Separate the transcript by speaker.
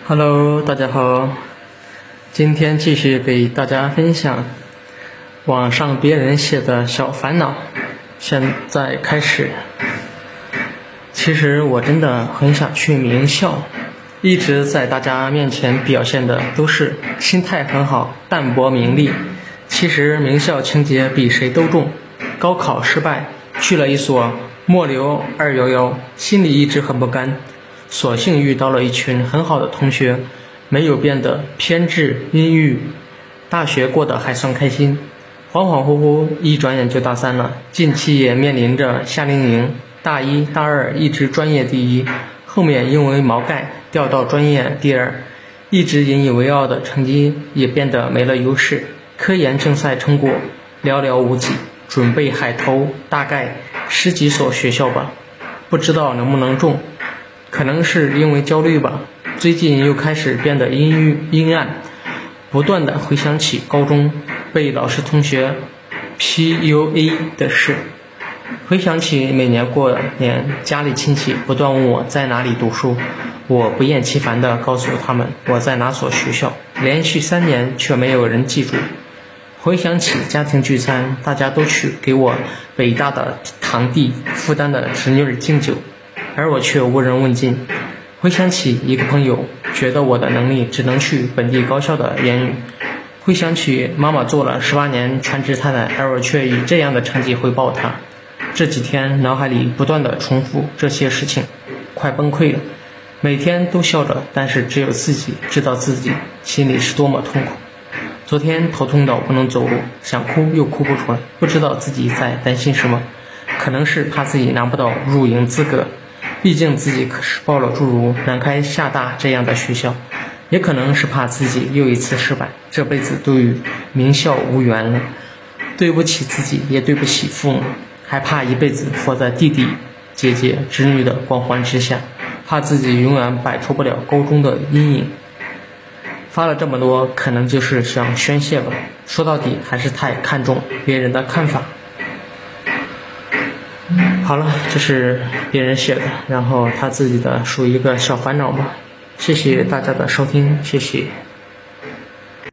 Speaker 1: Hello，大家好，今天继续给大家分享网上别人写的小烦恼。现在开始。其实我真的很想去名校，一直在大家面前表现的都是心态很好，淡泊名利。其实名校情节比谁都重。高考失败，去了一所末流211，心里一直很不甘。所幸遇到了一群很好的同学，没有变得偏执阴郁，大学过得还算开心。恍恍惚惚一转眼就大三了，近期也面临着夏令营，大一大二一直专业第一，后面因为毛概调到专业第二，一直引以为傲的成绩也变得没了优势，科研竞赛成果寥寥无几，准备海投大概10几所学校吧，不知道能不能中。可能是因为焦虑吧，最近又开始变得阴暗，不断的回想起高中被老师同学 PUA 的事，回想起每年过年家里亲戚不断问我在哪里读书，我不厌其烦地告诉他们我在哪所学校，连续3年却没有人记住。回想起家庭聚餐，大家都去给我北大的堂弟复旦的侄女敬酒，而我却无人问津。回想起一个朋友觉得我的能力只能去本地高校的言语，回想起妈妈做了18年全职太太，而我却以这样的成绩回报她。这几天脑海里不断的重复这些事情，快崩溃了。每天都笑着，但是只有自己知道自己心里是多么痛苦。昨天头痛到不能走路，想哭又哭不出来，不知道自己在担心什么。可能是怕自己拿不到入营资格，毕竟自己可是报了诸如南开厦大这样的学校，也可能是怕自己又一次失败，这辈子都与名校无缘了，对不起自己，也对不起父母，还怕一辈子活在弟弟姐姐侄女的光环之下，怕自己永远摆脱不了高中的阴影。发了这么多，可能就是想宣泄吧，说到底还是太看重别人的看法。好了，这是别人写的，然后他自己的属于一个小烦恼吧。谢谢大家的收听，谢谢。